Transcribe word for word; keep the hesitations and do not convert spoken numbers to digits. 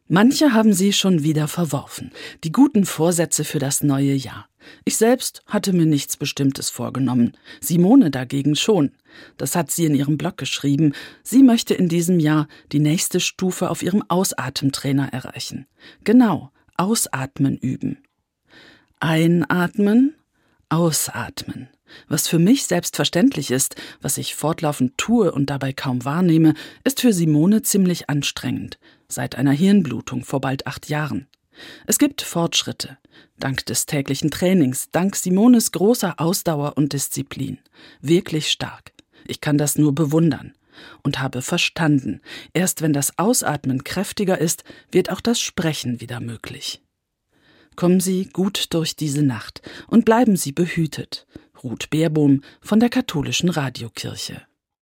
Manche haben sie schon wieder verworfen, die guten Vorsätze für das neue Jahr. Ich selbst hatte mir nichts Bestimmtes vorgenommen, Simone dagegen schon. Das hat sie in ihrem Blog geschrieben. Sie möchte in diesem Jahr die nächste Stufe auf ihrem Ausatemtrainer erreichen. Genau, Ausatmen üben. Einatmen, ausatmen. Was für mich selbstverständlich ist, was ich fortlaufend tue und dabei kaum wahrnehme, ist für Simone ziemlich anstrengend. Seit einer Hirnblutung vor bald acht Jahren. Es gibt Fortschritte. Dank des täglichen Trainings, dank Simones großer Ausdauer und Disziplin. Wirklich stark. Ich kann das nur bewundern. Und habe verstanden, erst wenn das Ausatmen kräftiger ist, wird auch das Sprechen wieder möglich. Kommen Sie gut durch diese Nacht und bleiben Sie behütet. Ruth Beerbohm von der Katholischen Radiokirche.